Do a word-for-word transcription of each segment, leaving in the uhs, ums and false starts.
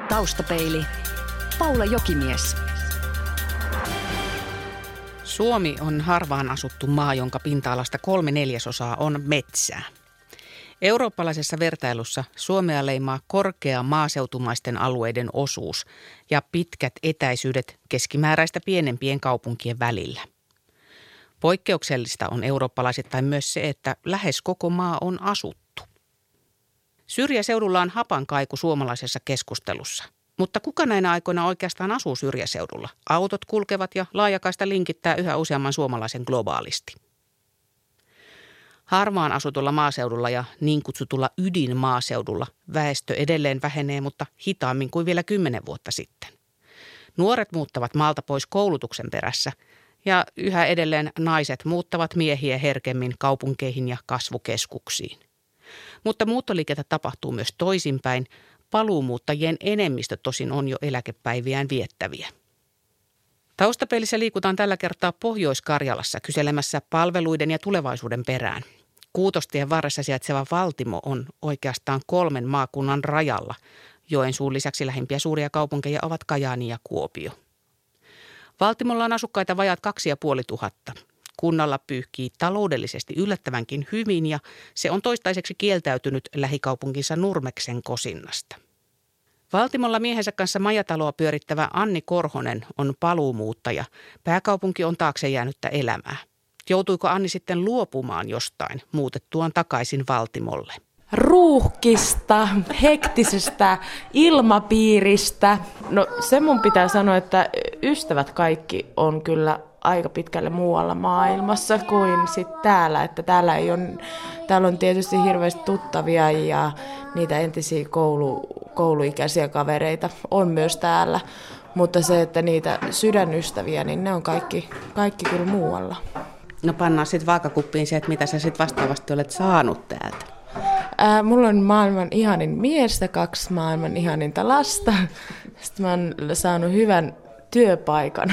Taustapeili. Paula Jokimies. Suomi on harvaan asuttu maa, jonka pinta-alasta kolme neljäsosaa on metsää. Eurooppalaisessa vertailussa Suomea leimaa korkea maaseutumaisten alueiden osuus ja pitkät etäisyydet keskimääräistä pienempien kaupunkien välillä. Poikkeuksellista on eurooppalaisittain myös se, että lähes koko maa on asuttu. Syrjäseudulla on hapankaiku suomalaisessa keskustelussa. Mutta kuka näinä aikoina oikeastaan asuu syrjäseudulla? Autot kulkevat ja laajakaista linkittää yhä useamman suomalaisen globaalisti. Harvaan asutulla maaseudulla ja niin kutsutulla ydinmaaseudulla väestö edelleen vähenee, mutta hitaammin kuin vielä kymmenen vuotta sitten. Nuoret muuttavat maalta pois koulutuksen perässä ja yhä edelleen naiset muuttavat miehiä herkemmin kaupunkeihin ja kasvukeskuksiin. Mutta muuttoliikettä tapahtuu myös toisinpäin. Paluumuuttajien enemmistö tosin on jo eläkepäiviään viettäviä. Taustapeilissä liikutaan tällä kertaa Pohjois-Karjalassa kyselemässä palveluiden ja tulevaisuuden perään. Kuutostien varressa sijaitseva Valtimo on oikeastaan kolmen maakunnan rajalla. Joensuun lisäksi lähimpiä suuria kaupunkeja ovat Kajaani ja Kuopio. Valtimolla on asukkaita vajaat kaksi ja puoli tuhatta. Kunnalla pyyhkii taloudellisesti yllättävänkin hyvin ja se on toistaiseksi kieltäytynyt lähikaupunkinsa Nurmeksen kosinnasta. Valtimolla miehensä kanssa majataloa pyörittävä Anni Korhonen on paluumuuttaja. Pääkaupunki on taakse jäänyttä elämää. Joutuiko Anni sitten luopumaan jostain muutettuaan takaisin Valtimolle? Ruuhkista, hektisestä ilmapiiristä. No se mun pitää sanoa, että ystävät kaikki on kyllä aika pitkälle muualla maailmassa kuin sitten täällä. Että täällä, ei ole, täällä on tietysti hirveästi tuttavia ja niitä entisiä koulu, kouluikäisiä kavereita on myös täällä. Mutta se, että niitä sydänystäviä, niin ne on kaikki, kaikki kyllä muualla. No pannaan sitten vaakakuppiin se, että mitä sä sitten vastaavasti olet saanut täältä. Ää, mulla on maailman ihanin mies ja kaksi maailman ihaninta lasta. Sitten mä oon saanut hyvän työpaikan.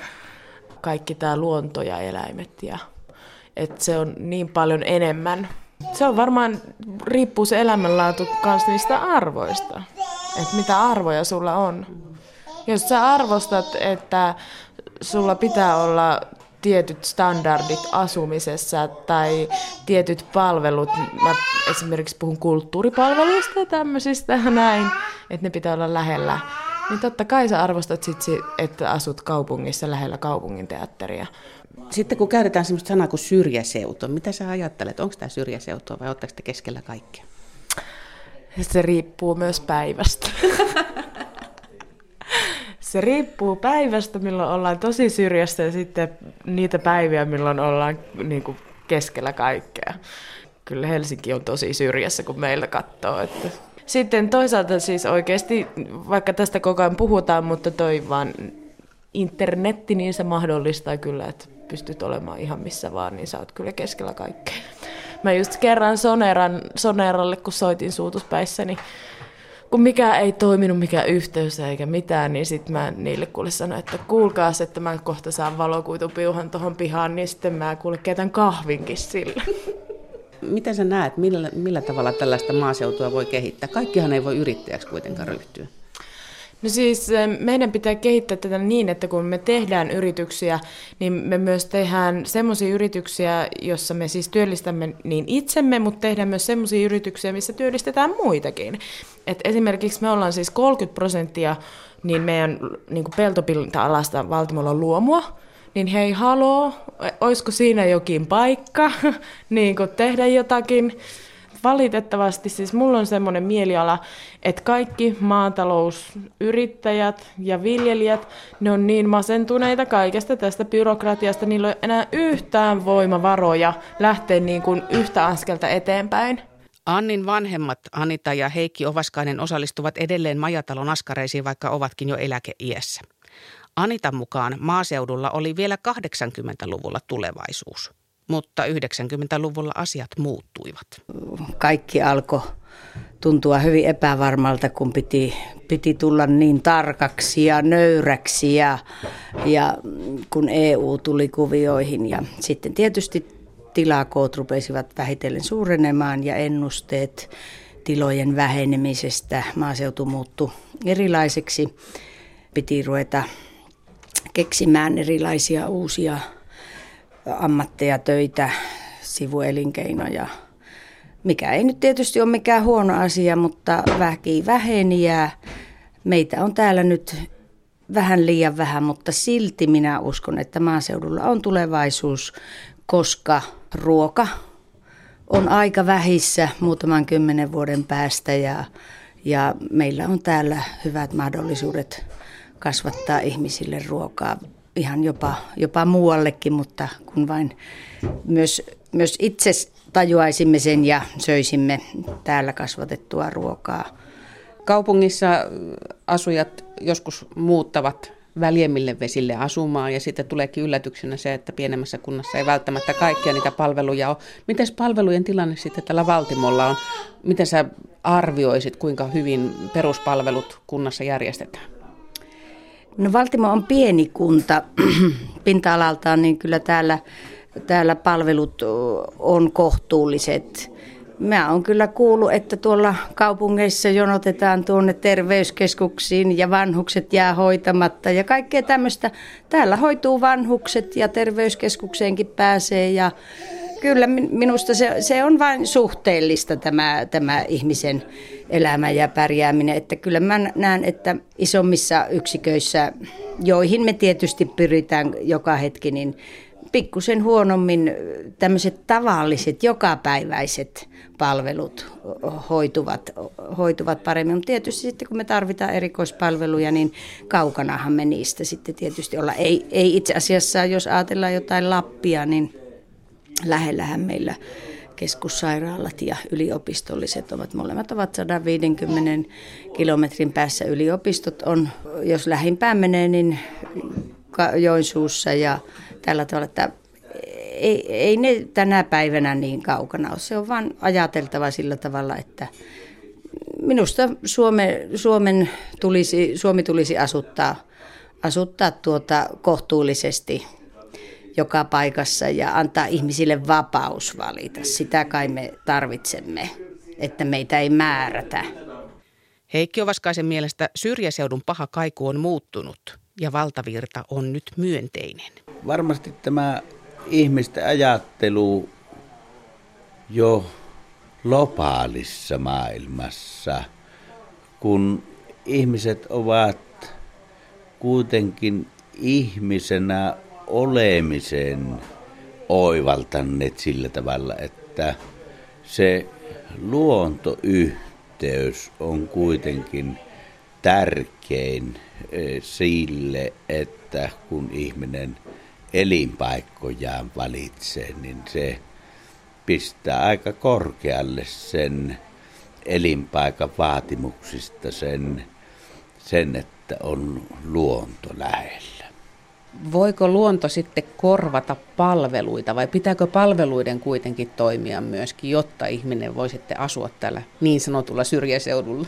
Kaikki tää luonto ja eläimet. Ja, et se on niin paljon enemmän. Se on varmaan, riippuu se elämänlaatu kanssa niistä arvoista. Että mitä arvoja sulla on. Jos sä arvostat, että sulla pitää olla tietyt standardit asumisessa tai tietyt palvelut, mä esimerkiksi puhun kulttuuripalveluista ja tämmöisistä näin, että ne pitää olla lähellä, niin totta kai sä arvostat sit, että asut kaupungissa lähellä kaupunginteatteria. Sitten kun käytetään semmoista sanaa kuin syrjäseutu, mitä sä ajattelet? Onko tämä syrjäseutua vai oletteko te keskellä kaikkea? Se riippuu myös päivästä. Se riippuu päivästä, milloin ollaan tosi syrjästä ja sitten niitä päiviä, milloin ollaan niin kuin keskellä kaikkea. Kyllä Helsinki on tosi syrjässä, kun meillä katsoo. Että. Sitten toisaalta siis oikeasti, vaikka tästä koko ajan puhutaan, mutta toi vaan internetti, niin se mahdollistaa kyllä, että pystyt olemaan ihan missä vaan, niin sä oot kyllä keskellä kaikkea. Mä just kerran Soneran, Soneralle, kun soitin suutuspäissäni, kun mikään ei toiminut, mikään yhteys eikä mitään, niin sitten mä niille kuule sanoin, että kuulkaas, että mä kohta saan valokuitupiuhan tuohon pihaan, niin sitten mä kuule keitän kahvinkin sillä. Miten sä näet, millä, millä tavalla tällaista maaseutua voi kehittää? Kaikkihan ei voi yrittäjäksi kuitenkaan ryhtyä. No siis meidän pitää kehittää tätä niin, että kun me tehdään yrityksiä, niin me myös tehdään semmoisia yrityksiä, jossa me siis työllistämme niin itsemme, mutta tehdään myös semmoisia yrityksiä, missä työllistetään muitakin. Et esimerkiksi me ollaan siis kolmekymmentä prosenttia niin meidän niin kuin peltopinta-alasta Valtimolla luomua, niin hei haloo, olisiko siinä jokin paikka niin kuin tehdä jotakin. Valitettavasti siis mulla on semmoinen mieliala, että kaikki maatalousyrittäjät ja viljelijät, ne on niin masentuneita kaikesta tästä byrokratiasta, niillä ei ole enää yhtään voimavaroja lähteä niin kuin yhtä askelta eteenpäin. Annin vanhemmat Anita ja Heikki Ovaskainen osallistuvat edelleen majatalon askareisiin, vaikka ovatkin jo eläkeiässä. Anitan mukaan maaseudulla oli vielä kahdeksankymmentäluvulla tulevaisuus. Mutta yhdeksänkymmentäluvulla asiat muuttuivat. Kaikki alkoi tuntua hyvin epävarmalta, kun piti, piti tulla niin tarkaksi ja nöyräksi ja, ja kun E U tuli kuvioihin. Ja sitten tietysti tilakoot rupesivat vähitellen suurenemaan ja ennusteet tilojen vähenemisestä. Maaseutu muuttui erilaiseksi. Piti ruveta keksimään erilaisia uusia ammatteja, töitä, sivuelinkeinoja. Mikä ei nyt tietysti ole mikään huono asia, mutta väki väheni ja meitä on täällä nyt vähän liian vähän, mutta silti minä uskon, että maaseudulla on tulevaisuus, koska ruoka on aika vähissä muutaman kymmenen vuoden päästä ja, ja meillä on täällä hyvät mahdollisuudet kasvattaa ihmisille ruokaa ihan jopa, jopa muuallekin, mutta kun vain myös, myös itse tajuaisimme sen ja söisimme täällä kasvatettua ruokaa. Kaupungissa asujat joskus muuttavat väljemmille vesille asumaan ja sitten tuleekin yllätyksenä se, että pienemmässä kunnassa ei välttämättä kaikkia niitä palveluja ole. Miten palvelujen tilanne sitten tällä Valtimolla on? Miten sä arvioisit, kuinka hyvin peruspalvelut kunnassa järjestetään? No Valtimo on pieni kunta pinta-alaltaan, niin kyllä täällä, täällä palvelut on kohtuulliset. Mä oon kyllä kuullut, että tuolla kaupungeissa jonotetaan tuonne terveyskeskuksiin ja vanhukset jää hoitamatta ja kaikkea tämmöistä. Täällä hoituu vanhukset ja terveyskeskukseenkin pääsee ja kyllä minusta se, se on vain suhteellista tämä, tämä ihmisen elämä ja pärjääminen. Että kyllä mä näen, että isommissa yksiköissä, joihin me tietysti pyritään joka hetki, niin pikkusen huonommin tämmöiset tavalliset, jokapäiväiset palvelut hoituvat, hoituvat paremmin. Mutta tietysti sitten kun me tarvitaan erikoispalveluja, niin kaukanahan me niistä sitten tietysti olla. Ei, ei itse asiassa, jos ajatellaan jotain Lappia, niin lähellähän meillä keskussairaalat ja yliopistolliset ovat. Molemmat ovat sata viisikymmentä kilometrin päässä. Yliopistot on, jos lähimpään menee, niin Joensuussa ja tällä tavalla, että ei, ei ne tänä päivänä niin kaukana ole. Se on vaan ajateltava sillä tavalla, että minusta Suome, Suomen tulisi, Suomi tulisi asuttaa, asuttaa tuota kohtuullisesti joka paikassa ja antaa ihmisille vapaus valita. Sitä kai me tarvitsemme, että meitä ei määrätä. Heikki Ovaskaisen mielestä syrjäseudun paha kaiku on muuttunut ja valtavirta on nyt myönteinen. Varmasti tämä ihmisten ajattelu jo globaalissa maailmassa, kun ihmiset ovat kuitenkin ihmisenä olemisen oivaltaneet sillä tavalla, että se luontoyhteys on kuitenkin tärkein sille, että kun ihminen elinpaikkojaan valitsee, niin se pistää aika korkealle sen elinpaikan vaatimuksista sen, sen, että on luonto lähellä. Voiko luonto sitten korvata palveluita vai pitääkö palveluiden kuitenkin toimia myöskin, jotta ihminen voi sitten asua tällä niin sanotulla syrjäseudulla?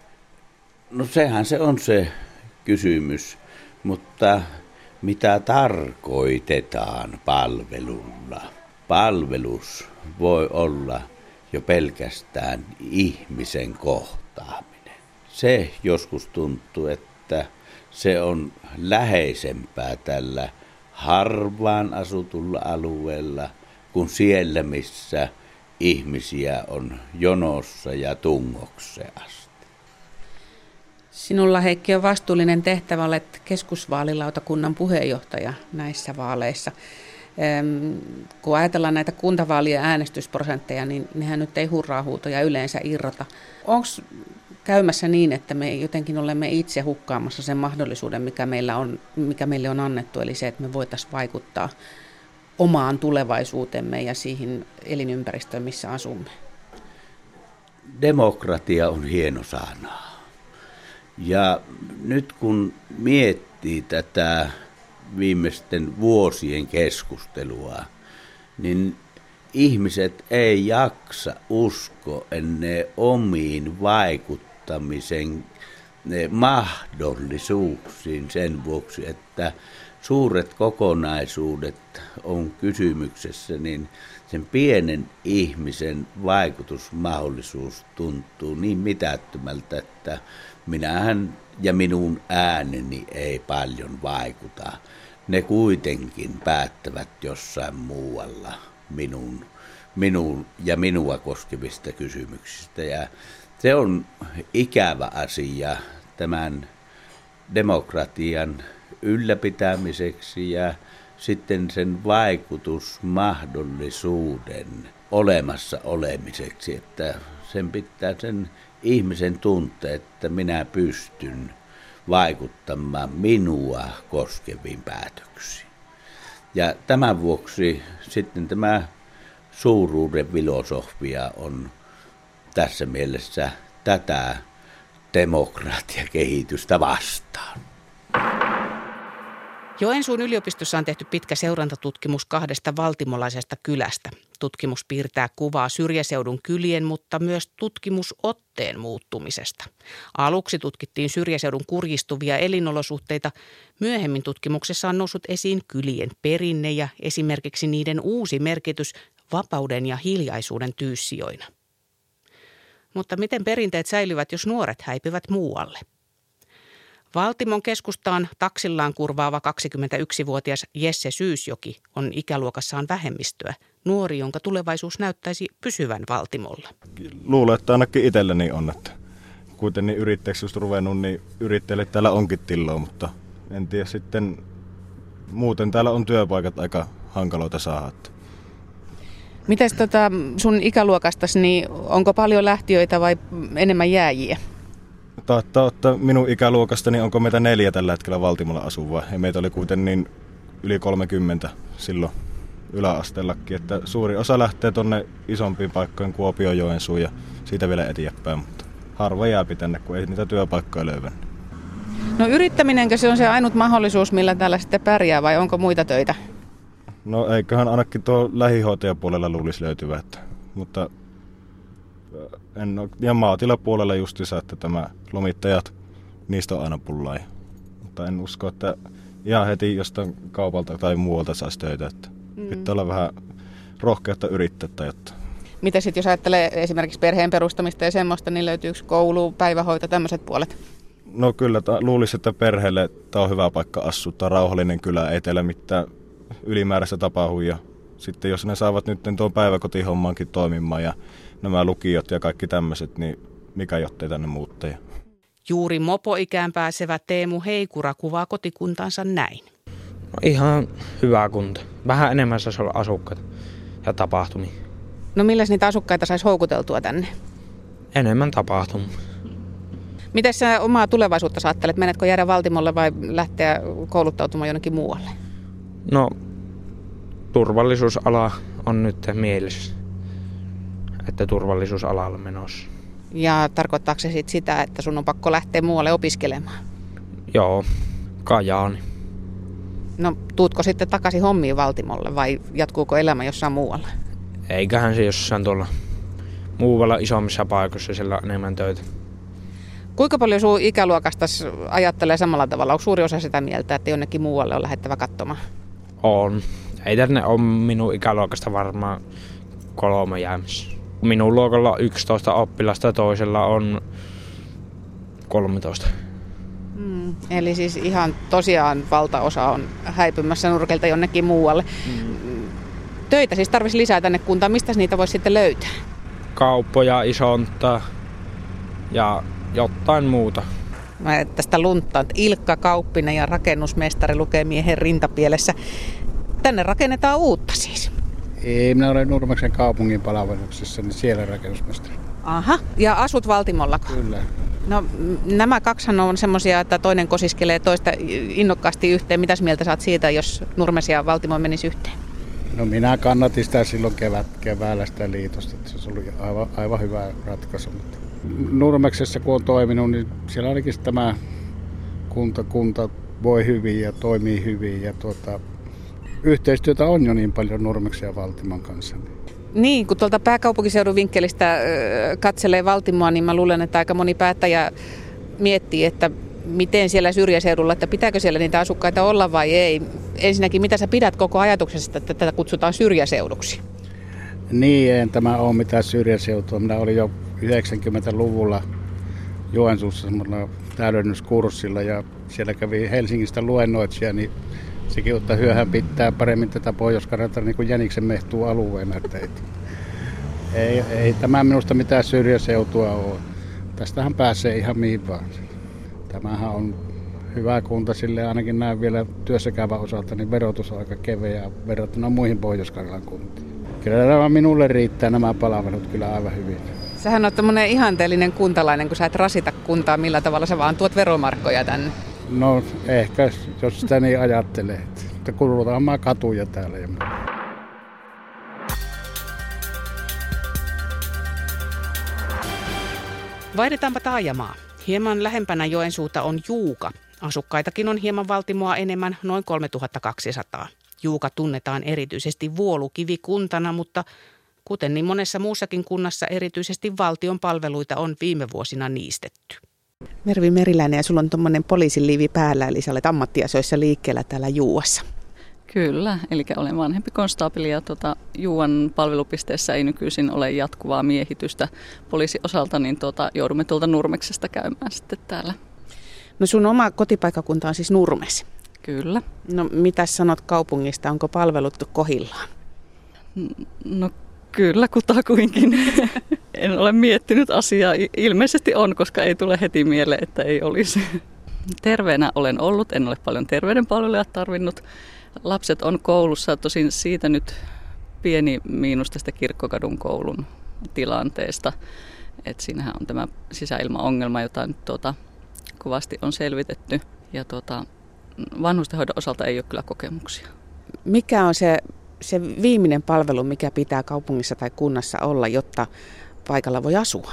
No sehän se on se kysymys, mutta mitä tarkoitetaan palvelulla? Palvelus voi olla jo pelkästään ihmisen kohtaaminen. Se joskus tuntuu, että se on läheisempää tällä harvaan asutulla alueella kuin siellä, missä ihmisiä on jonossa ja tungokseen asti. Sinulla, Heikki, on vastuullinen tehtävä, olet keskusvaalilautakunnan puheenjohtaja näissä vaaleissa. Kun ajatellaan näitä kuntavaalien äänestysprosentteja, niin nehän nyt ei hurraa-huutoja yleensä irrota. Onko käymässä niin, että me jotenkin olemme itse hukkaamassa sen mahdollisuuden, mikä, meillä on, mikä meille on annettu, eli se, että me voitaisiin vaikuttaa omaan tulevaisuutemme ja siihen elinympäristöön, missä asumme? Demokratia on hieno sana. Ja nyt kun miettii tätä viimeisten vuosien keskustelua, niin ihmiset ei jaksa usko ennen omiin vaikuttamisen mahdollisuuksiin sen vuoksi, että suuret kokonaisuudet on kysymyksessä, niin sen pienen ihmisen vaikutusmahdollisuus tuntuu niin mitättömältä, että minähän ja minun ääneni ei paljon vaikuta. Ne kuitenkin päättävät jossain muualla minun, minun ja minua koskevista kysymyksistä. Ja se on ikävä asia tämän demokratian ylläpitämiseksi ja sitten sen vaikutusmahdollisuuden olemassa olemiseksi, että sen pitää sen ihmisen tuntea, että minä pystyn vaikuttamaan minua koskeviin päätöksiin. Ja tämän vuoksi sitten tämä suuruuden filosofia on tässä mielessä tätä demokratiakehitystä vastaan. Joensuun yliopistossa on tehty pitkä seurantatutkimus kahdesta valtimolaisesta kylästä. Tutkimus piirtää kuvaa syrjäseudun kylien, mutta myös tutkimusotteen muuttumisesta. Aluksi tutkittiin syrjäseudun kurjistuvia elinolosuhteita. Myöhemmin tutkimuksessa on noussut esiin kylien perinne ja esimerkiksi niiden uusi merkitys vapauden ja hiljaisuuden tyyssijoina. Mutta miten perinteet säilyvät, jos nuoret häipyvät muualle? Valtimon keskustaan taksillaan kurvaava kaksikymmentäyksivuotias Jesse Syysjoki on ikäluokassaan vähemmistöä, nuori, jonka tulevaisuus näyttäisi pysyvän Valtimolla. Luulen, että ainakin itselleni on, että kuitenkin yrittäjäksi just ruvennut, niin yrittäjille täällä onkin tilloa, mutta en tiedä sitten, muuten täällä on työpaikat aika hankaloita saada. Mites tota sun ikäluokastasi, niin onko paljon lähtiöitä vai enemmän jääjiä? Taittaa ottaa minun ikäluokastani, onko meitä neljä tällä hetkellä Valtimolla asuvaa. Ja meitä oli kuitenkin niin yli kolmekymmentä silloin yläasteellakin. Että suuri osa lähtee tuonne isompiin paikkoihin, Kuopioon, Joensuun ja siitä vielä eteenpäin. Mutta harva jääpi tänne, kun ei niitä työpaikkoja löydy. No yrittäminenkö se on se ainut mahdollisuus, millä täällä sitten pärjää vai onko muita töitä? No eiköhän ainakin tuo lähihoitajapuolella luulisi löytyvä. Että, mutta en ole, ja maatilapuolella justiinsa, että tämä lomittajat, niistä on aina pullaa. Mutta en usko, että ihan heti jostain kaupalta tai muualta saisi töitä. Että mm. Pitää olla vähän rohkeutta yrittää. Jotta. Mitä sitten, jos ajattelee esimerkiksi perheen perustamista ja semmoista, niin löytyykö koulu, päivähoito, tämmöiset puolet? No kyllä, luulisi, että perheelle tämä on hyvä paikka asua. Tämä on rauhallinen kylä, ei teillä mitään ylimääräistä tapahtuu. Ja sitten jos ne saavat nyt tuon päiväkotihommankin toimimaan ja nämä lukiot ja kaikki tämmöiset, niin mikä jottei tänne muuttajia. Juuri mopoikään pääsevä Teemu Heikura kuvaa kotikuntansa näin. No ihan hyvä kunta. Vähän enemmän saisi olla asukkaita ja tapahtumia. No milläs niitä asukkaita saisi houkuteltua tänne? Enemmän tapahtumia. Miten sä omaa tulevaisuutta ajattelet? Menetkö jäädä Valtimolle vai lähteä kouluttautumaan jonnekin muualle? No turvallisuusala on nyt mielessä, että turvallisuusalalla menossa. Ja tarkoittaako se sit sitä, että sun on pakko lähteä muualle opiskelemaan? Joo, Kajaani. No tuutko sitten takaisin hommiin Valtimolle vai jatkuuko elämä jossain muualla? Eiköhän se jossain tuolla muualla isommissa paikoissa siellä enemmän töitä. Kuinka paljon sun ikäluokastas ajattelee samalla tavalla? Onko suuri osa sitä mieltä, että jonnekin muualle on lähettävä katsomaan? On. Ei tänne ole minun ikäluokasta varmaan kolme jäämässä. Minun luokalla on yksitoista oppilasta ja toisella on kolmetoista. Mm, eli siis ihan tosiaan valtaosa on häipymässä nurkelta jonnekin muualle. Mm. Töitä siis tarvitsisi lisää tänne kuntaan. Mistä niitä voisi sitten löytää? Kauppoja, isonta ja jotain muuta. Mä tästä lunttaan, että Ilkka Kauppinen ja rakennusmestari lukee miehen rintapielessä. Tänne rakennetaan uutta siis. Ei, minä olen Nurmeksen kaupungin palveluksessa, niin siellä rakennusmestari. Aha, ja asut Valtimolla? Kyllä. No nämä kaksihan on semmoisia, että toinen kosiskelee toista innokkaasti yhteen. Mitäs mieltä saat siitä, jos Nurmes ja Valtimo menisi yhteen? No minä kannatin sitä silloin kevät, keväällä sitä liitosta, että se oli aivan, aivan hyvä ratkaisu. Mutta Nurmeksessa kun on toiminut, niin siellä ainakin tämä kunta, kunta voi hyvin ja toimii hyvin ja tuota, yhteistyötä on jo niin paljon Nurmeksen ja Valtimon kanssa. Niin, kun tuolta pääkaupunkiseudun vinkkelistä katselee Valtimoa, niin mä luulen, että aika moni päättäjä miettii, että miten siellä syrjäseudulla, että pitääkö siellä niitä asukkaita olla vai ei. Ensinnäkin, mitä sä pidät koko ajatuksesta, että tätä kutsutaan syrjäseuduksi? Niin, en tämä ole mitään syrjäseutua. Minä olin jo yhdeksänkymmentäluvulla Joensuussa semmoilla täydennyskurssilla ja siellä kävi Helsingistä luennoitsija, niin sekin, että hyöhän pitää paremmin tätä Pohjois-Karjalaa niin kuin jäniksen mehtuu alueena. Ei, ei tämä minusta mitään syrjäseutua ole. Tästähän pääsee ihan mihin vaan. Tämähän on hyvä kunta, sille ainakin näin vielä työssäkäyvän osalta, niin verotus on aika keveä verrattuna muihin Pohjois-Karjalan kuntiin. Kyllä nämä minulle riittää nämä palvelut kyllä aivan hyvin. Sähän on tämmöinen ihanteellinen kuntalainen, kun sä et rasita kuntaa, millä tavalla sä vaan tuot veromarkkoja tänne. No ehkä, jos sitä niin ajattelee, että kulutaan mä katuja täällä. Vaihdetaanpa taajamaa. Hieman lähempänä Joensuuta on Juuka. Asukkaitakin on hieman Valtimoa enemmän, noin kolmetuhattakaksisataa. Juuka tunnetaan erityisesti vuolukivikuntana, mutta kuten niin monessa muussakin kunnassa, erityisesti valtion palveluita on viime vuosina niistetty. Mervi Meriläinen, ja sulla on tuommoinen poliisin liivi päällä, eli sä olet ammattiasioissa liikkeellä täällä Juuassa. Kyllä, eli olen vanhempi konstaapeli ja tuota, Juuan palvelupisteessä ei nykyisin ole jatkuvaa miehitystä poliisin osalta, niin tuota, joudumme tuolta Nurmeksesta käymään sitten täällä. No sun oma kotipaikkakunta on siis Nurmes. Kyllä. No mitä sanot kaupungista, onko palvelut kohillaan? No kyllä, kutakuinkin. En ole miettinyt asiaa. Ilmeisesti on, koska ei tule heti mieleen, että ei olisi. Terveenä olen ollut, en ole paljon terveydenpalveluja tarvinnut. Lapset on koulussa, tosin siitä nyt pieni miinus tästä Kirkkokadun koulun tilanteesta. Et siinähän on tämä sisäilmaongelma, jota nyt tuota, kovasti on selvitetty. Ja tuota, vanhustenhoidon osalta ei ole kyllä kokemuksia. Mikä on se, se viimeinen palvelu, mikä pitää kaupungissa tai kunnassa olla, jotta paikalla voi asua?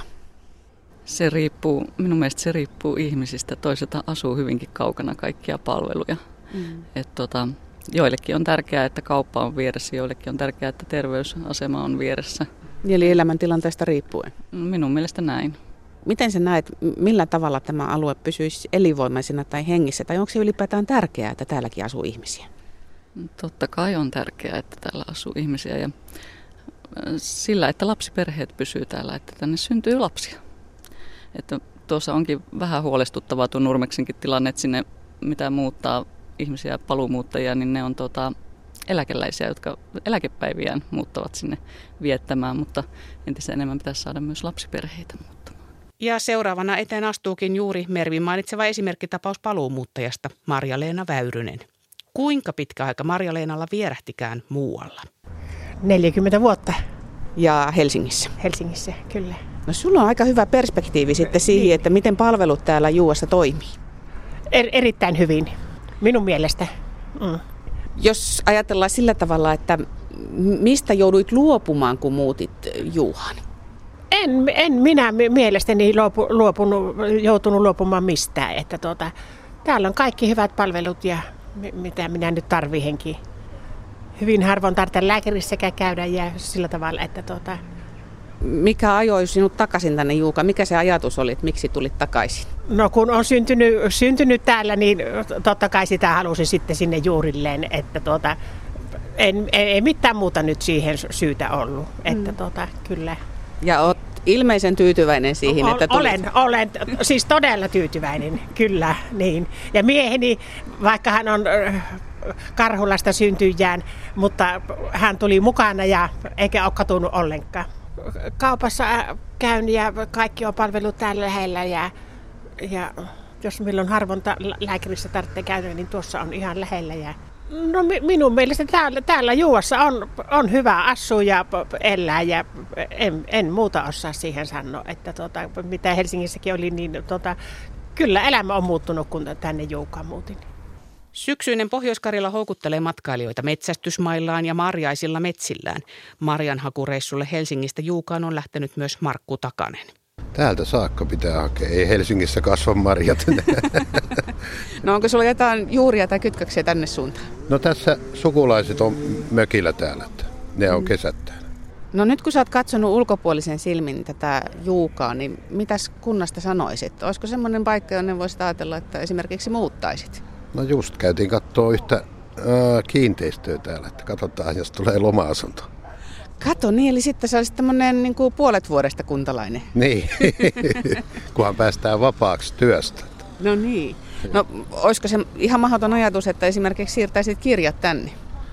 Se riippuu, minun mielestä se riippuu ihmisistä. Toiselta asuu hyvinkin kaukana kaikkia palveluja. Mm. Et tota, joillekin on tärkeää, että kauppa on vieressä, joillekin on tärkeää, että terveysasema on vieressä. Eli elämäntilanteesta riippuen? Minun mielestä näin. Miten sä näet, millä tavalla tämä alue pysyisi elinvoimaisena tai hengissä? Tai onko se ylipäätään tärkeää, että täälläkin asuu ihmisiä? Totta kai on tärkeää, että täällä asuu ihmisiä. Ja sillä, että lapsiperheet pysyy täällä, että tänne syntyy lapsia. Että tuossa onkin vähän huolestuttavaa tuo Nurmeksenkin tilanne, että sinne mitä muuttaa ihmisiä, paluumuuttajia, niin ne on tota, eläkeläisiä, jotka eläkepäiviään muuttavat sinne viettämään, mutta entistä enemmän pitäisi saada myös lapsiperheitä muuttamaan. Ja seuraavana eteen astuukin juuri Mervin mainitseva esimerkkitapaus paluumuuttajasta, Marja-Leena Väyrynen. Kuinka pitkä aika Marja-Leenalla vierähtikään muualla? neljäkymmentä vuotta. Ja Helsingissä? Helsingissä, kyllä. No sulla on aika hyvä perspektiivi sitten siihen, niin. Että miten palvelut täällä Juuassa toimii. Er, erittäin hyvin, minun mielestä. Mm. Jos ajatellaan sillä tavalla, että mistä jouduit luopumaan, kun muutit Juuhaan? En, en minä mielestäni luopu, luopunut, joutunut luopumaan mistään. Että tuota, täällä on kaikki hyvät palvelut ja mitä minä nyt tarvihenkin. Hyvin harvoin tarvitsen lääkärissäkään käydä ja sillä tavalla, että tuota... Mikä ajoi sinut takaisin tänne, Juuka? Mikä se ajatus oli, että miksi tulit takaisin? No kun on syntynyt, syntynyt täällä, niin totta kai sitä halusin sitten sinne juurilleen, että tuota, en, ei mitään muuta nyt siihen syytä ollut, että mm. tuota, kyllä. Ja olet ilmeisen tyytyväinen siihen, o- että tulit? Olen, olen, siis todella tyytyväinen, kyllä, niin. Ja mieheni, vaikka hän on Karhulasta syntyjään, mutta hän tuli mukana ja eikä ole katunut ollenkaan. Kaupassa käyn ja kaikki on palvelut täällä lähellä ja, ja jos milloin harvoin ta- lääkärissä tarvitsee käydä, niin tuossa on ihan lähellä. Ja... No mi- minun mielestä täällä, täällä Juuassa on, on hyvä asua ja elää ja en, en muuta osaa siihen sanoa, että tuota, mitä Helsingissäkin oli, niin tuota, kyllä elämä on muuttunut, kun tänne Juukaan muutin. Syksyinen Pohjois-Karjala houkuttelee matkailijoita metsästysmaillaan ja marjaisilla metsillään. Marjanhakureissulle Helsingistä Juukaan on lähtenyt myös Markku Takanen. Täältä saakka pitää hakea, ei Helsingissä kasva marjat. No onko sulla jotain juuria tai kytköksiä tänne suuntaan? No tässä sukulaiset on mökillä täällä, ne on kesät täällä. No nyt kun sä oot katsonut ulkopuolisen silmin tätä Juukaa, niin mitäs kunnasta sanoisit? Olisiko semmoinen paikka, jonne voisit ajatella, että esimerkiksi muuttaisit? No just käytiin katsoa yhtä ää, kiinteistöä täällä, että katsotaan, jos tulee loma-asunto. Kato niin, eli sitten sä olisit tämmöinen niin kuin puolet vuodesta kuntalainen. Niin, kunhan päästään vapaaksi työstä. No niin. No olisiko se ihan mahdoton ajatus, että esimerkiksi siirtäisit kirjat tänne?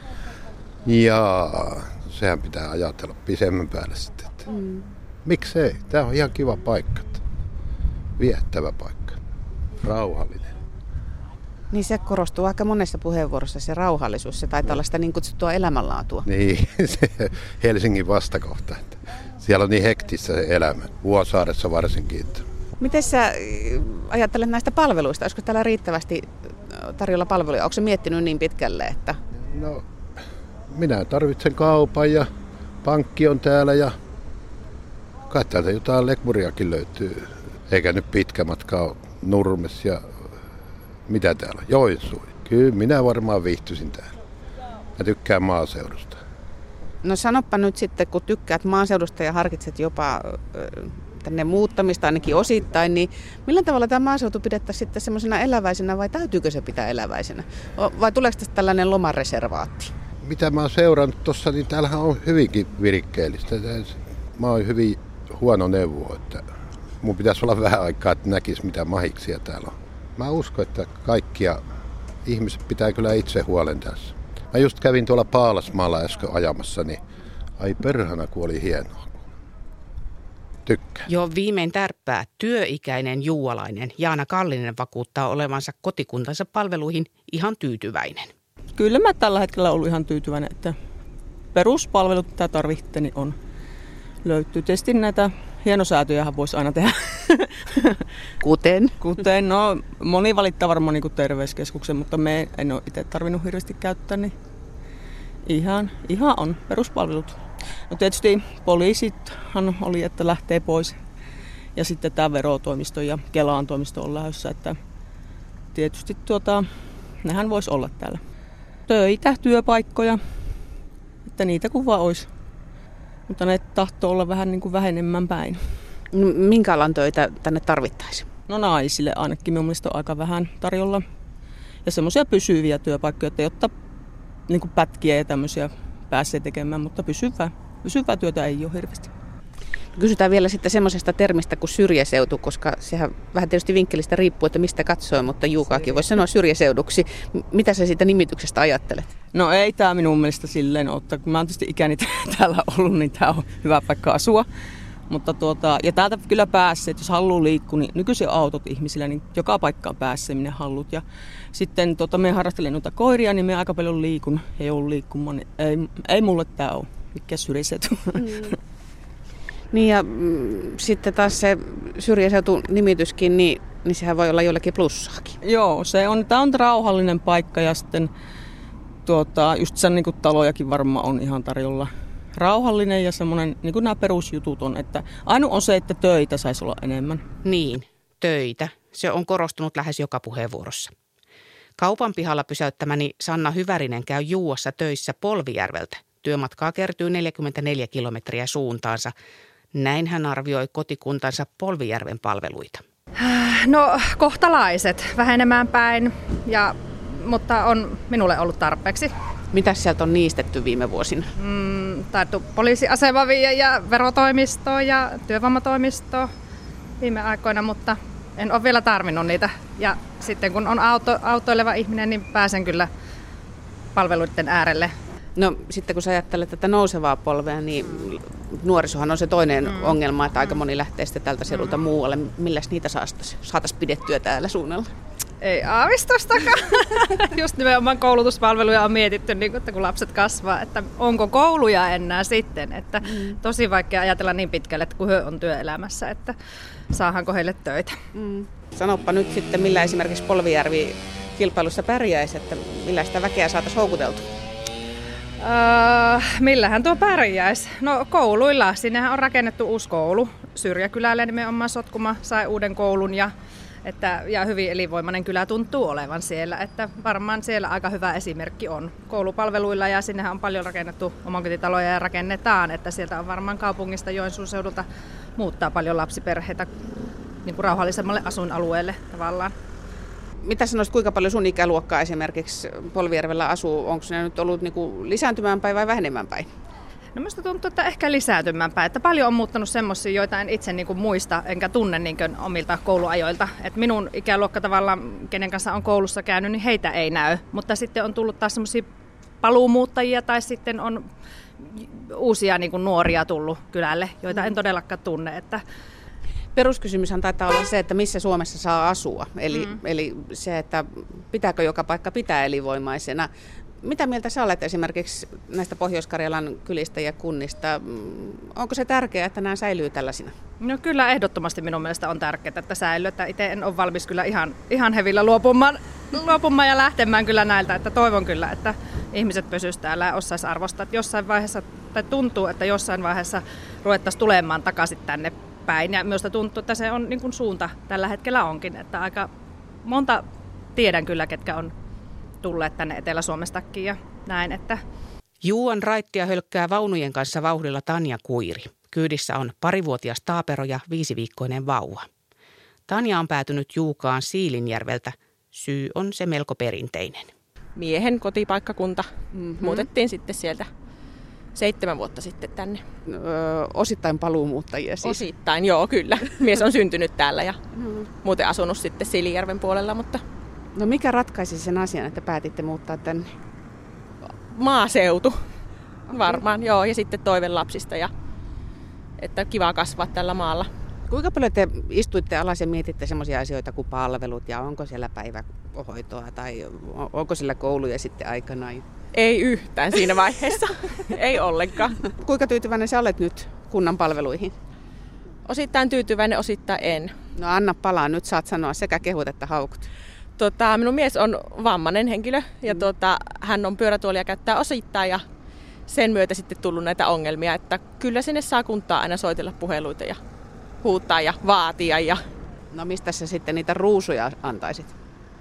Jaa, sehän pitää ajatella pisemmän päälle sitten. Mm. Miksei? Tämä on ihan kiva paikka. Viettävä paikka. Rauhallinen. Niin se korostuu aika monessa puheenvuorossa, se rauhallisuus. Se taitaa olla sitä niin kutsuttua elämänlaatua. Niin, se Helsingin vastakohta. Siellä on niin hektistä se elämä. Vuosaaressa varsinkin. Miten sä ajattelet näistä palveluista? Olisiko täällä riittävästi tarjolla palveluja? Onko se miettinyt niin pitkälle, että... No, minä tarvitsen kaupan ja pankki on täällä ja kai täältä jotain lekmuriakin löytyy. Eikä nyt pitkä matka ole Nurmes ja mitä täällä, Joensuu. Kyllä minä varmaan viihtyisin täällä. Mä tykkään maaseudusta. No sanoppa nyt sitten, kun tykkäät maaseudusta ja harkitset jopa tänne muuttamista ainakin osittain, niin millä tavalla tämä maaseutu pidettäisiin sitten semmoisena eläväisenä vai täytyykö se pitää eläväisenä? Vai tuleeko tästä tällainen lomareservaatti? Mitä mä oon seurannut tuossa, niin täällähän on hyvinkin virikkeellistä. Mä oon hyvin huono neuvo, että mun pitäisi olla vähän aikaa, että näkisi mitä mahiksia täällä on. Mä uskon, että kaikkia ihmiset pitää kyllä itse huolen tässä. Mä just kävin tuolla Paalasmaalla äsken ajamassa, niin ai perhana kun oli hienoa. Tykkään. Joo, viimein tärppää. Työikäinen juualainen Jaana Kallinen vakuuttaa olevansa kotikuntansa palveluihin ihan tyytyväinen. Kyllä mä tällä hetkellä olen ollut ihan tyytyväinen, että peruspalvelut, mitä tarvitte, niin on. Löytyy tietysti näitä hienosäätöjähän voisi aina tehdä. Kuten? Kuten, no moni valittaa varmaan niin kuin terveyskeskuksen, mutta me en ole itse tarvinnut hirveästi käyttää, niin ihan, ihan on peruspalvelut. No tietysti poliisithan oli, että lähtee pois ja sitten tämä verotoimisto ja Kelaan toimisto on lähdössä, että tietysti tuota, nehän voisi olla täällä. Töitä, työpaikkoja, että niitä kun vaan olisi. Mutta ne tahtoo olla vähän niin kuin vähemmän päin. No, minkä alan töitä tänne tarvittaisiin? No naisille ainakin minun mielestä on aika vähän tarjolla. Ja semmoisia pysyviä työpaikkoja, että jotta niin kuin pätkiä ja tämmöisiä pääsee tekemään, mutta pysyvää, pysyvää työtä ei ole hirveästi. Kysytään vielä sitten semmoisesta termistä kuin syrjäseutu, koska sehän vähän tietysti vinkkelistä riippuu, että mistä katsoo, mutta Juukaakin voisi sanoa syrjäseuduksi. Mitä sä siitä nimityksestä ajattelet? No ei tämä minun mielestä silleen ole. Kun mä oon tietysti ikäni täällä ollut, niin tämä on hyvä paikka asua. Mutta tuota, ja täältä kyllä pääsee, että jos haluaa liikkua, niin nykyisin autot ihmisillä, niin joka paikkaan pääsee, minne haluat. Ja sitten tuota, me harrastelen noita koiria, niin me aika paljon liikun ja joudun liikkumaan. Niin ei, ei mulle tämä ole mikään syrjäseutu. Mm. Niin ja mm, sitten taas se syrjäseutu-nimityskin, niin, niin sehän voi olla jollekin plussaakin. Joo, se on, tämä on rauhallinen paikka ja sitten tuota, just sen niin kuin talojakin varmaan on ihan tarjolla. Rauhallinen ja semmoinen, niin kuin nämä perusjutut on, että ainoa on se, että töitä saisi olla enemmän. Niin, töitä. Se on korostunut lähes joka puheenvuorossa. Kaupan pihalla pysäyttämäni Sanna Hyvärinen käy Juuassa töissä Polvijärveltä. Työmatkaa kertyy neljäkymmentäneljä kilometriä suuntaansa. Näin hän arvioi kotikuntansa Polvijärven palveluita. No kohtalaiset, vähenemään päin, ja, mutta on minulle ollut tarpeeksi. Mitäs sieltä on niistetty viime vuosina? Mm, taidettu poliisiasema viiä ja verotoimisto ja työvoimatoimisto viime aikoina, mutta en ole vielä tarvinnut niitä. Ja sitten kun on auto, autoileva ihminen, niin pääsen kyllä palveluiden äärelle. No sitten kun sä ajattelet tätä nousevaa polvea, niin nuorisohan on se toinen mm. ongelma, että aika moni lähtee sitten tältä seudulta mm. muualle. Milläs niitä saataisiin pidettyä täällä suunnalla? Ei aavistustakaan. Just nimenomaan koulutuspalveluja on mietitty, niin että kun lapset kasvaa, että onko kouluja enää sitten. Että mm. tosi vaikea ajatella niin pitkälle, että kun he on työelämässä, että saahanko heille töitä. Mm. Sanoppa nyt sitten, millä esimerkiksi Polvijärvi kilpailussa pärjäisi, että millä sitä väkeä saataisiin houkuteltua? Öö, millähän tuo pärjäisi? No kouluilla. Sinnehän on rakennettu uusi koulu. Syrjäkylälle nimenomaan Sotkuma sai uuden koulun ja Että, ja hyvin elinvoimainen kylä tuntuu olevan siellä, että varmaan siellä aika hyvä esimerkki on koulupalveluilla ja sinnehän on paljon rakennettu omakotitaloja ja rakennetaan, että sieltä on varmaan kaupungista Joensuun seudulta muuttaa paljon lapsiperheitä niin kuin rauhallisemmalle asuinalueelle tavallaan. Mitä sanoisit, kuinka paljon sun ikäluokkaa esimerkiksi Polvijärvellä asuu? Onko ne nyt ollut niin kuin lisääntymään päin vai vähenemään päin? No minusta tuntuu, että ehkä lisääntymään päin. Että paljon on muuttanut semmoisia, joita en itse niin kuin muista enkä tunne niin kuin omilta kouluajoilta. Et minun ikäluokka tavallaan, kenen kanssa on koulussa käynyt, niin heitä ei näy. Mutta sitten on tullut taas semmoisia paluumuuttajia tai sitten on uusia niin kuin nuoria tullut kylälle, joita en todellakaan tunne. Että peruskysymyshän taitaa olla se, että missä Suomessa saa asua. Eli, mm. eli se, että pitääkö joka paikka pitää elinvoimaisena. Mitä mieltä sä olet esimerkiksi näistä Pohjois-Karjalan kylistä ja kunnista? Onko se tärkeää, että nämä säilyy tällaisina? No kyllä ehdottomasti minun mielestä on tärkeää, että säilyy. Että itse en ole valmis kyllä ihan, ihan hevillä luopumaan, luopumaan ja lähtemään kyllä näiltä. Että toivon kyllä, että ihmiset pysyisivät täällä ja osaisi arvostaa. Että jossain vaiheessa, tai tuntuu, että jossain vaiheessa ruvettaisiin tulemaan takaisin tänne päin. Ja minusta tuntuu, että se on niin kuin suunta tällä hetkellä onkin. Että aika monta tiedän kyllä, ketkä on tulleet tänne Etelä-Suomestakin ja näin, että Juuan raittia hölkkää vaunujen kanssa vauhdilla Tanja Kuiri. Kyydissä on parivuotias taapero ja viisiviikkoinen vauva. Tanja on päätynyt Juukaan Siilinjärveltä. Syy on se melko perinteinen. Miehen kotipaikkakunta. Mm-hmm. Muutettiin sitten sieltä seitsemän vuotta sitten tänne. Öö, osittain paluumuuttajia siis? Osittain, joo kyllä. Mies on syntynyt täällä ja mm-hmm. muuten asunut sitten Siilinjärven puolella, mutta no mikä ratkaisi sen asian, että päätitte muuttaa tänne? Maaseutu. Okay. Varmaan, joo. Ja sitten toive lapsista ja että kiva kasvaa tällä maalla. Kuinka paljon te istuitte alas ja mietitte semmoisia asioita kuin palvelut ja onko siellä päivähoitoa tai onko siellä kouluja sitten aikanaan? Ei yhtään siinä vaiheessa. Ei ollenkaan. Kuinka tyytyväinen sä olet nyt kunnan palveluihin? Osittain tyytyväinen, osittain en. No anna palaa, nyt saat sanoa sekä kehut että haukut. Tota, minun mies on vammainen henkilö ja mm. tota, hän on pyörätuolia käyttää osittain ja sen myötä sitten tullut näitä ongelmia, että kyllä sinne saa kuntaa aina soitella puheluita ja huutaa ja vaatia. Ja no mistä sä sitten niitä ruusuja antaisit?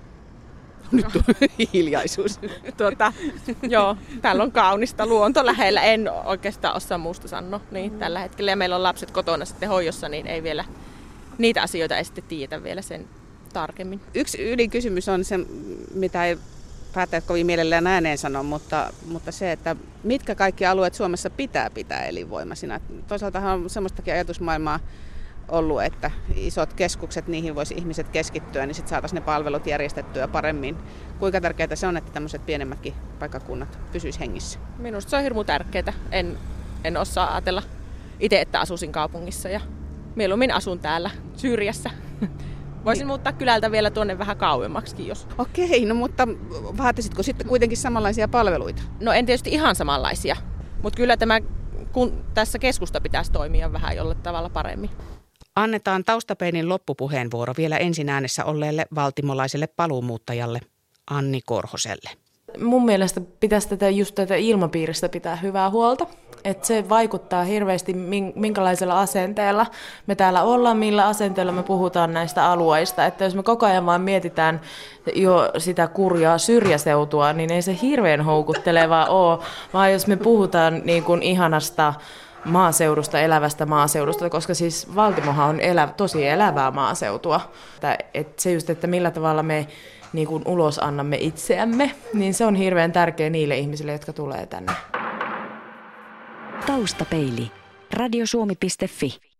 Nyt hiljaisuus. Tuota, joo, täällä on kaunista luonto lähellä, en oikeastaan osaa muusta sanoa niin, mm. tällä hetkellä. Ja meillä on lapset kotona sitten hoidossa, niin ei vielä niitä asioita ei sitten tiedä vielä sen tarkemmin. Yksi ydinkysymys on se, mitä ei päättäjät kovin mielellään ääneen sano, mutta, mutta se, että mitkä kaikki alueet Suomessa pitää pitää elinvoimaisina. Toisaaltahan on semmoistakin ajatusmaailmaa ollut, että isot keskukset, niihin voisi ihmiset keskittyä, niin sitten saataisiin ne palvelut järjestettyä paremmin. Kuinka tärkeää se on, että tämmöiset pienemmätkin paikkakunnat pysyisivät hengissä? Minusta se on hirmu tärkeää. En, en osaa ajatella itse, että asuisin kaupungissa ja mieluummin asun täällä syrjässä. Voisin muuttaa kylältä vielä tuonne vähän kauemmaksikin, jos. Okei, no mutta vaatisitko sitten kuitenkin samanlaisia palveluita? No en tietysti ihan samanlaisia, mutta kyllä tämä, kun tässä keskusta pitäisi toimia vähän jollain tavalla paremmin. Annetaan taustapeilin loppupuheenvuoro vielä ensin äänessä olleelle valtimolaiselle paluumuuttajalle Anni Korhoselle. Mun mielestä pitäisi tätä, just tätä ilmapiiristä pitää hyvää huolta. Että se vaikuttaa hirveästi, minkälaisella asenteella me täällä ollaan, millä asenteella me puhutaan näistä alueista. Että jos me koko ajan vaan mietitään jo sitä kurjaa syrjäseutua, niin ei se hirveän houkuttelevaa ole, vaan jos me puhutaan niin kuin ihanasta maaseudusta, elävästä maaseudusta, koska siis Valtimohan on elä, tosi elävää maaseutua. Että, että se just, että millä tavalla me niin kuin ulos annamme itseämme, niin se on hirveän tärkeä niille ihmisille, jotka tulee tänne. Taustapeili. radiosuomi piste fi